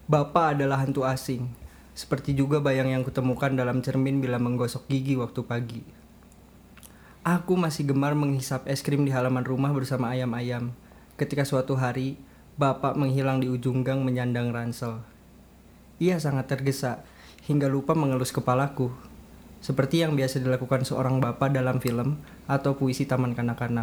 Bapak adalah hantu asing, seperti juga bayang yang kutemukan dalam cermin bila menggosok gigi waktu pagi. Aku masih gemar menghisap es krim di halaman rumah bersama ayam-ayam, ketika suatu hari, Bapak menghilang di ujung gang menyandang ransel. Ia sangat tergesa, hingga lupa mengelus kepalaku, seperti yang biasa dilakukan seorang bapak dalam film atau puisi taman kanak-kanak.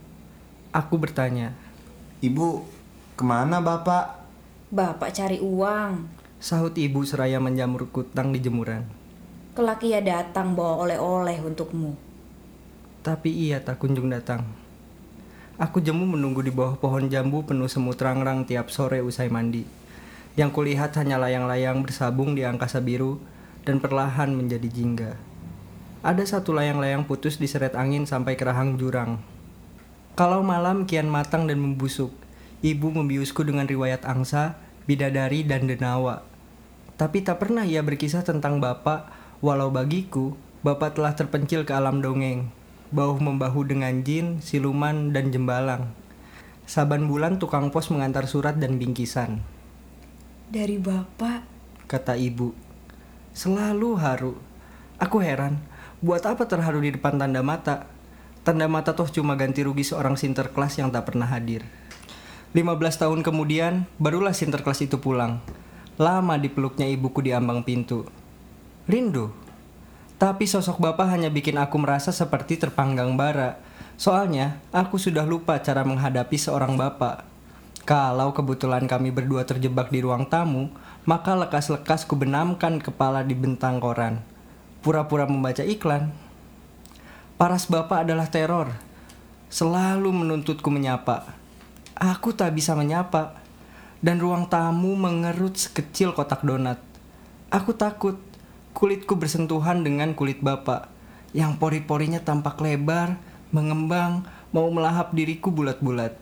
Aku bertanya, Ibu, kemana Bapak? Bapak cari uang. sahut ibu seraya menjamur kutang di jemuran. Kelak ia datang bawa oleh-oleh untukmu. Tapi ia tak kunjung datang. Aku jemu menunggu di bawah pohon jambu penuh semut rangrang tiap sore usai mandi. Yang kulihat hanya layang-layang bersabung di angkasa biru dan perlahan menjadi jingga. Ada satu layang-layang putus diseret angin sampai ke rahang jurang. Kalau malam kian matang dan membusuk, ibu membiusku dengan riwayat angsa, bidadari, dan denawa. Tapi tak pernah ia berkisah tentang bapak, walau bagiku, bapak telah terpencil ke alam dongeng, bahu-membahu dengan jin, siluman, dan jembalang. Saban bulan tukang pos mengantar surat dan bingkisan. Dari bapak? Kata ibu. Selalu haru. Aku heran, buat apa terharu di depan tanda mata? Tanda mata toh cuma ganti rugi seorang sinterklas yang tak pernah hadir. 15 tahun kemudian, barulah sinterklas itu pulang. Lama dipeluknya ibuku di ambang pintu. Rindu. Tapi sosok bapak hanya bikin aku merasa seperti terpanggang bara. Soalnya, aku sudah lupa cara menghadapi seorang bapak. Kalau kebetulan kami berdua terjebak di ruang tamu, maka lekas-lekas ku benamkan kepala di bentang koran. Pura-pura membaca iklan. Paras bapak adalah teror. Selalu menuntutku menyapa. Aku tak bisa menyapa. Dan ruang tamu mengerut sekecil kotak donat. Aku takut. Kulitku bersentuhan dengan kulit bapak. Yang pori-porinya tampak lebar, mengembang, mau melahap diriku bulat-bulat.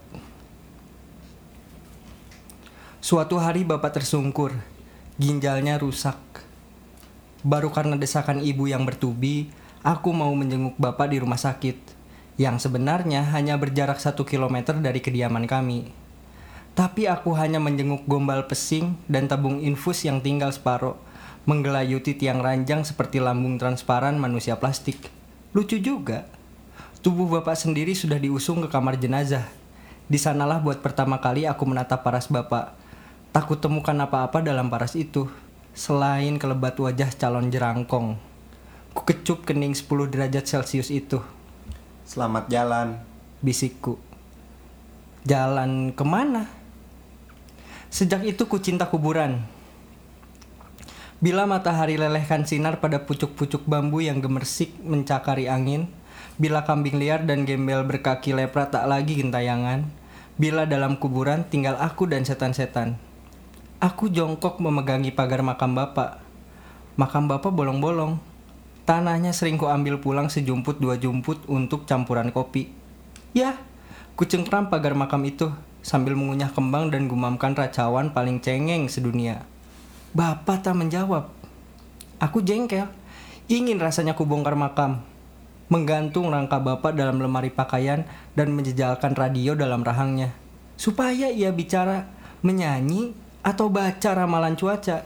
Suatu hari bapak tersungkur. Ginjalnya rusak. Baru karena desakan ibu yang bertubi, aku mau menjenguk bapak di rumah sakit, yang sebenarnya hanya berjarak 1 kilometer dari kediaman kami. Tapi aku hanya menjenguk gombal pesing dan tabung infus yang tinggal separuh, menggelayuti tiang ranjang seperti lambung transparan manusia plastik. Lucu juga. Tubuh bapak sendiri sudah diusung ke kamar jenazah. Di sanalah buat pertama kali aku menatap paras bapak. Tak kutemukan apa-apa dalam paras itu, selain kelebat wajah calon jerangkong. Ku kecup kening 10 derajat Celcius itu. Selamat jalan. Bisikku. Jalan kemana? Sejak itu ku cinta kuburan. Bila matahari lelehkan sinar pada pucuk-pucuk bambu yang gemersik mencakari angin, bila kambing liar dan gembel berkaki lepra tak lagi gentayangan, bila dalam kuburan tinggal aku dan setan-setan. Aku jongkok memegangi pagar makam bapak. Makam bapak bolong-bolong. Tanahnya sering ku ambil pulang sejumput 2 jumput untuk campuran kopi. Ya, ku cengkram pagar makam itu sambil mengunyah kembang dan gumamkan racawan paling cengeng sedunia. Bapak tak menjawab. Aku jengkel. Ingin rasanya ku bongkar makam, menggantung rangka bapak dalam lemari pakaian dan menjejalkan radio dalam rahangnya, supaya ia bicara, menyanyi, atau baca ramalan cuaca.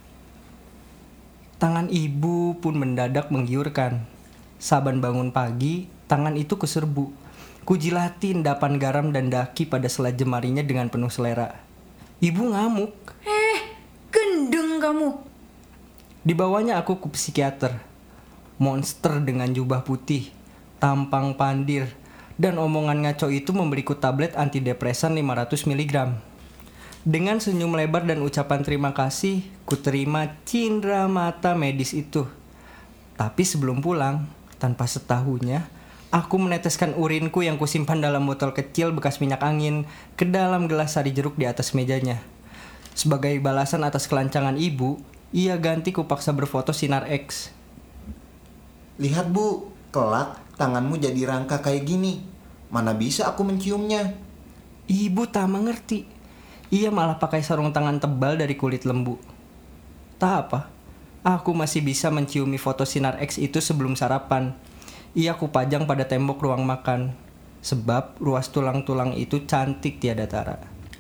Tangan ibu pun mendadak menggiurkan. Saban bangun pagi, tangan itu kuserbu. Kujilati endapan garam dan daki pada sela jemarinya dengan penuh selera. Ibu ngamuk. Gendeng kamu. Dibawanya aku ke psikiater. Monster dengan jubah putih, tampang pandir, dan omongan ngaco itu memberiku tablet antidepresan 500 mg. Dengan senyum lebar dan ucapan terima kasih, ku terima cindera mata medis itu. Tapi sebelum pulang, tanpa setahunya, aku meneteskan urinku yang kusimpan dalam botol kecil bekas minyak angin ke dalam gelas sari jeruk di atas mejanya. Sebagai balasan atas kelancangan ibu, ia ganti ku paksa berfoto sinar X. Lihat Bu, kelak tanganmu jadi rangka kayak gini. Mana bisa aku menciumnya? Ibu tak mengerti. Ia malah pakai sarung tangan tebal dari kulit lembu. Tak apa, aku masih bisa menciumi foto sinar X itu sebelum sarapan. Ia kupajang pada tembok ruang makan, sebab ruas tulang-tulang itu cantik tiada tara.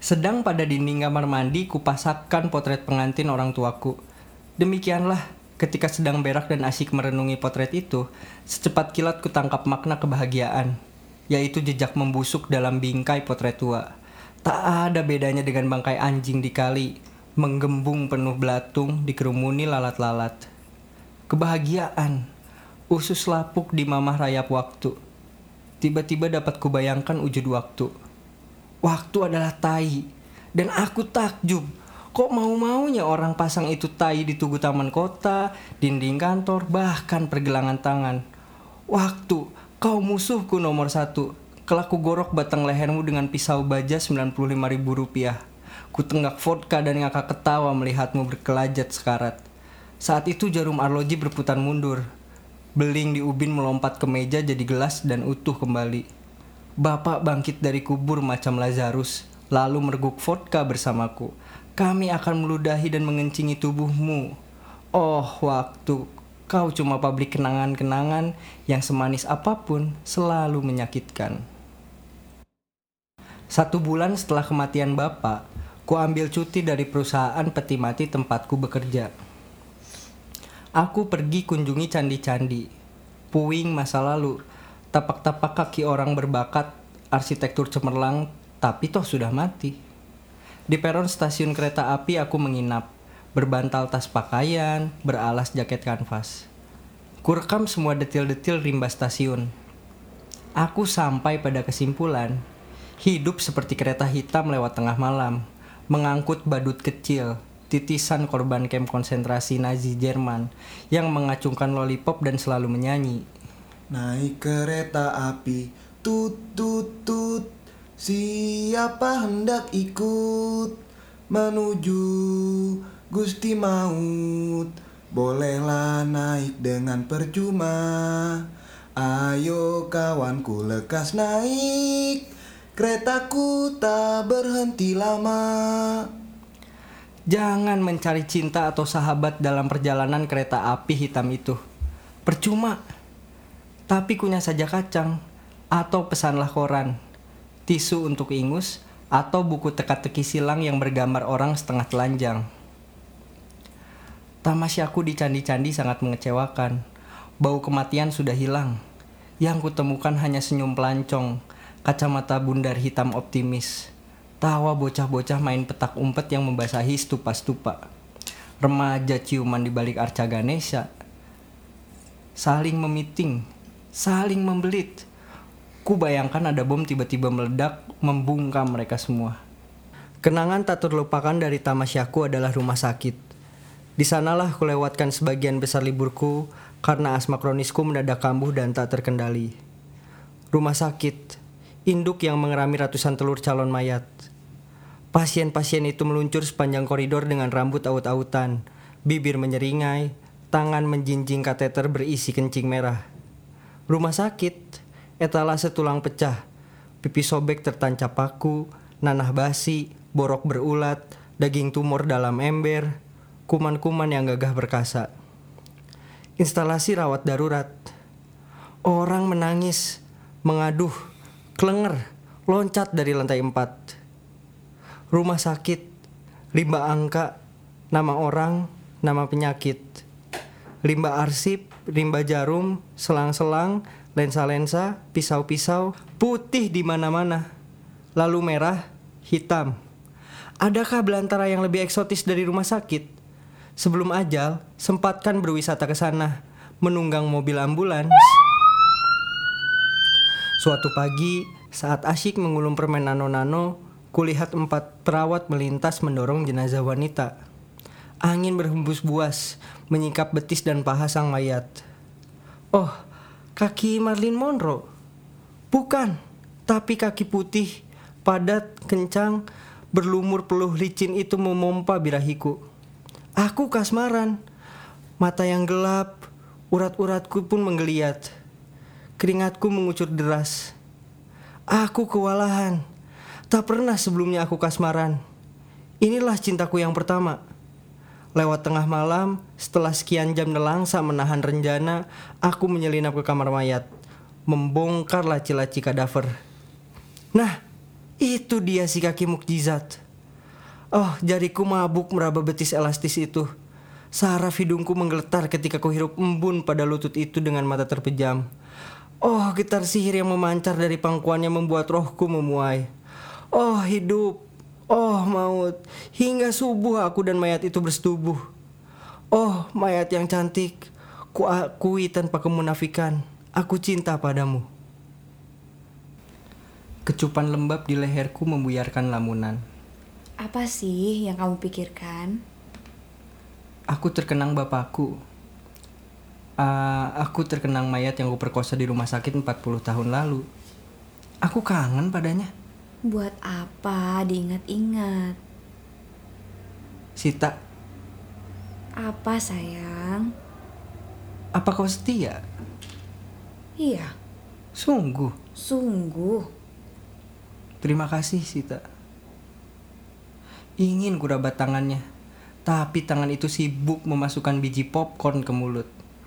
Sedang pada dinding kamar mandi kupasangkan potret pengantin orang tuaku. Demikianlah, ketika sedang berak dan asyik merenungi potret itu, secepat kilat kutangkap makna kebahagiaan, yaitu jejak membusuk dalam bingkai potret tua. Tak ada bedanya dengan bangkai anjing di kali, menggembung penuh belatung dikerumuni lalat-lalat. Kebahagiaan, usus lapuk di mamah rayap waktu. Tiba-tiba dapat kubayangkan wujud waktu. Waktu adalah tai, dan aku takjub. Kok mau-maunya orang pasang itu tai di tugu taman kota, dinding kantor, bahkan pergelangan tangan. Waktu, kau musuhku nomor 1. Kelak ku gorok batang lehermu dengan pisau baja Rp95.000. Ku tenggak vodka dan ngakak ketawa melihatmu berkelajat sekarat. Saat itu jarum arloji berputar mundur. Beling di ubin melompat ke meja jadi gelas dan utuh kembali. Bapak bangkit dari kubur macam Lazarus, lalu mereguk vodka bersamaku. Kami akan meludahi dan mengencingi tubuhmu. Oh waktu, kau cuma pabrik kenangan-kenangan yang semanis apapun selalu menyakitkan. 1 bulan setelah kematian bapak, ku ambil cuti dari perusahaan peti mati tempatku bekerja. Aku pergi kunjungi candi-candi, puing masa lalu, tapak-tapak kaki orang berbakat, arsitektur cemerlang, tapi toh sudah mati. Di peron stasiun kereta api aku menginap, berbantal tas pakaian, beralas jaket kanvas. Kurekam semua detil-detil rimba stasiun. Aku sampai pada kesimpulan, hidup seperti kereta hitam lewat tengah malam, mengangkut badut kecil, titisan korban kamp konsentrasi Nazi Jerman, yang mengacungkan lollipop dan selalu menyanyi. Naik kereta api, tut tut tut, siapa hendak ikut menuju Gusti Maut? Bolehlah naik dengan percuma. Ayo kawanku lekas naik, keretaku tak berhenti lama. Jangan mencari cinta atau sahabat dalam perjalanan kereta api hitam itu. Percuma. Tapi kunyah saja kacang, atau pesanlah koran, tisu untuk ingus, atau buku teka-teki silang yang bergambar orang setengah telanjang. Tamasyaku di candi-candi sangat mengecewakan. Bau kematian sudah hilang. Yang kutemukan hanya senyum pelancong, kacamata bundar hitam optimis, tawa bocah-bocah main petak umpet yang membasahi stupa-stupa, remaja ciuman di balik arca Ganesha, saling memiting, saling membelit. Ku bayangkan ada bom tiba-tiba meledak, membungkam mereka semua. Kenangan tak terlupakan dari tamasyaku adalah rumah sakit. Di sanalah kulewatkan sebagian besar liburku karena asma kronisku mendadak kambuh dan tak terkendali. Rumah sakit, induk yang mengerami ratusan telur calon mayat. Pasien-pasien itu meluncur sepanjang koridor dengan rambut aut-autan, bibir menyeringai, tangan menjinjing kateter berisi kencing merah. Rumah sakit, etalase tulang pecah, pipi sobek tertancap paku, nanah basi, borok berulat, daging tumor dalam ember, kuman-kuman yang gagah perkasa. Instalasi rawat darurat. Orang menangis, mengaduh, klenger, loncat dari lantai 4. Rumah sakit, limba angka, nama orang, nama penyakit. Limba arsip, limba jarum, selang-selang, lensa-lensa, pisau-pisau, putih di mana-mana. Lalu merah, hitam. Adakah belantara yang lebih eksotis dari rumah sakit? Sebelum ajal, sempatkan berwisata ke sana, menunggang mobil ambulans. Suatu pagi, saat asyik mengulum permen nano-nano, kulihat 4 perawat melintas mendorong jenazah wanita. Angin berhembus buas, menyingkap betis dan paha sang mayat. Oh, kaki Marilyn Monroe? Bukan, tapi kaki putih, padat, kencang, berlumur peluh licin itu memompa birahiku. Aku kasmaran, mata yang gelap, urat-uratku pun menggeliat. Keringatku mengucur deras. Aku kewalahan, tak pernah sebelumnya aku kasmaran. Inilah cintaku yang pertama. Lewat tengah malam, setelah sekian jam nelangsa menahan renjana, aku menyelinap ke kamar mayat, membongkar laci-laci kadaver. Nah, Itu dia si kaki mukjizat. Oh, jariku mabuk meraba betis elastis itu. Saraf hidungku menggeletar ketika kuhirup embun pada lutut itu dengan mata terpejam. Oh, gitar sihir yang memancar dari pangkuannya membuat rohku memuai. Oh, hidup. Oh, maut. Hingga subuh aku dan mayat itu bersetubuh. Oh, mayat yang cantik. Kuakui tanpa kemunafikan. Aku cinta padamu. Kecupan lembab di leherku membuyarkan lamunan. Apa sih yang kamu pikirkan? Aku terkenang bapakku. Aku terkenang mayat yang kuperkosa di rumah sakit 40 tahun lalu. Aku kangen padanya. Buat apa diingat-ingat? Sita, Apa sayang? apa kau setia? Iya, Sungguh. sungguh. Terima kasih, Sita. Ingin kurabat tangannya, tapi tangan itu sibuk memasukkan biji popcorn ke mulut.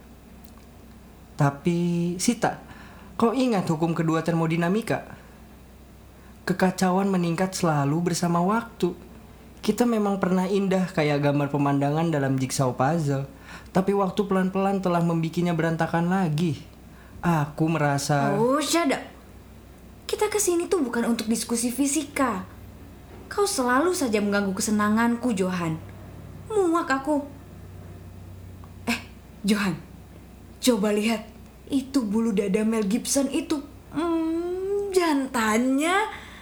Tapi, Sita, kau ingat hukum kedua termodinamika? Kekacauan meningkat selalu bersama waktu. Kita memang pernah indah kayak gambar pemandangan dalam jigsaw puzzle, tapi waktu pelan-pelan telah membikinnya berantakan lagi. Aku merasa... Oh, shut up. Kita kesini tuh bukan untuk diskusi fisika. Kau selalu saja mengganggu kesenanganku, Johan. Muak aku. Johan, coba lihat. Itu bulu dada Mel Gibson itu. Jantannya.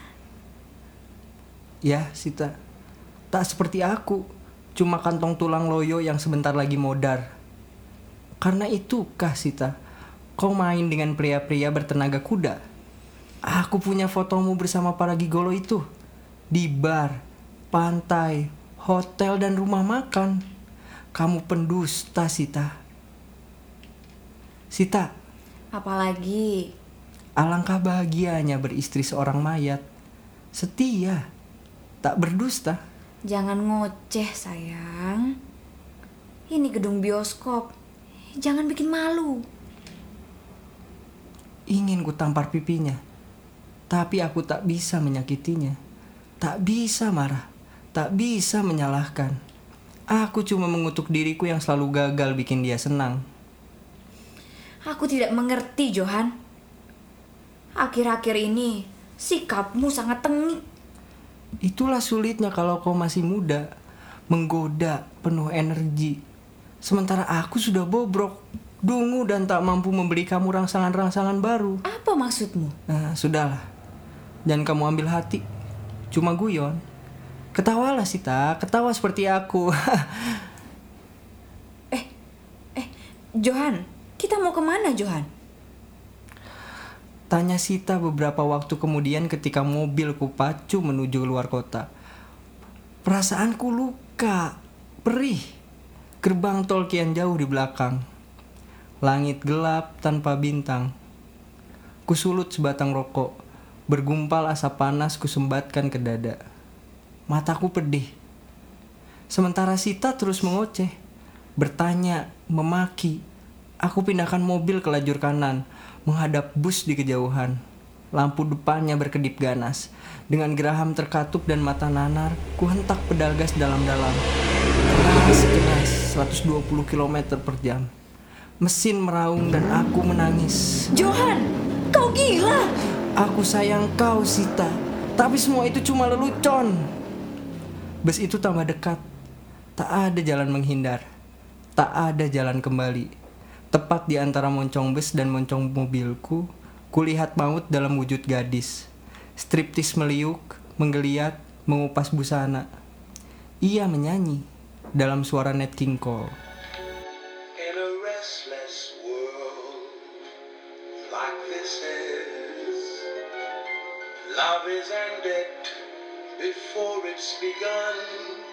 Ya, Sita. Tak seperti aku. Cuma kantong tulang loyo yang sebentar lagi modar. Karena itukah, Sita, kau main dengan pria-pria bertenaga kuda? Aku punya fotomu bersama para gigolo itu. Di bar, pantai, hotel, dan rumah makan. Kamu pendusta, Sita. Sita, Apalagi? alangkah bahagianya beristri seorang mayat. Setia, tak berdusta. Jangan ngoceh, sayang. Ini gedung bioskop. Jangan bikin malu. Ingin ku tampar pipinya, tapi aku tak bisa menyakitinya. Tak bisa marah, tak bisa menyalahkan. Aku cuma mengutuk diriku yang selalu gagal bikin dia senang. Aku tidak mengerti, Johan. Akhir-akhir ini, sikapmu sangat tengik. Itulah sulitnya kalau kau masih muda, menggoda, penuh energi. Sementara aku sudah bobrok, dungu dan tak mampu membeli kamu rangsangan-rangsangan baru. Apa maksudmu? Nah, sudahlah. Jangan kamu ambil hati. Cuma guyon. Ketawalah, Sita, ketawa seperti aku. Johan, kita mau kemana, Johan? Tanya Sita beberapa waktu kemudian ketika mobilku pacu menuju luar kota. Perasaanku luka, perih. Gerbang tol kian jauh di belakang. Langit gelap tanpa bintang. Kusulut sebatang rokok. Bergumpal asap panas kusembatkan ke dada. Mataku pedih. Sementara Sita terus mengoceh, bertanya, memaki. Aku pindahkan mobil ke lajur kanan, menghadap bus di kejauhan. Lampu depannya berkedip ganas. Dengan geraham terkatup dan mata nanar, kuhentak pedal gas dalam-dalam. Keras 120 km per jam. Mesin meraung dan aku menangis. Johan, kau gila! Aku sayang kau, Sita, tapi semua itu cuma lelucon. Bus itu tambah dekat. Tak ada jalan menghindar. Tak ada jalan kembali. Tepat di antara moncong bus dan moncong mobilku, kulihat maut dalam wujud gadis. Striptis meliuk, menggeliat, mengupas busana. Ia menyanyi dalam suara Nat King Cole. In a restless world like this is, love is ended before it's begun.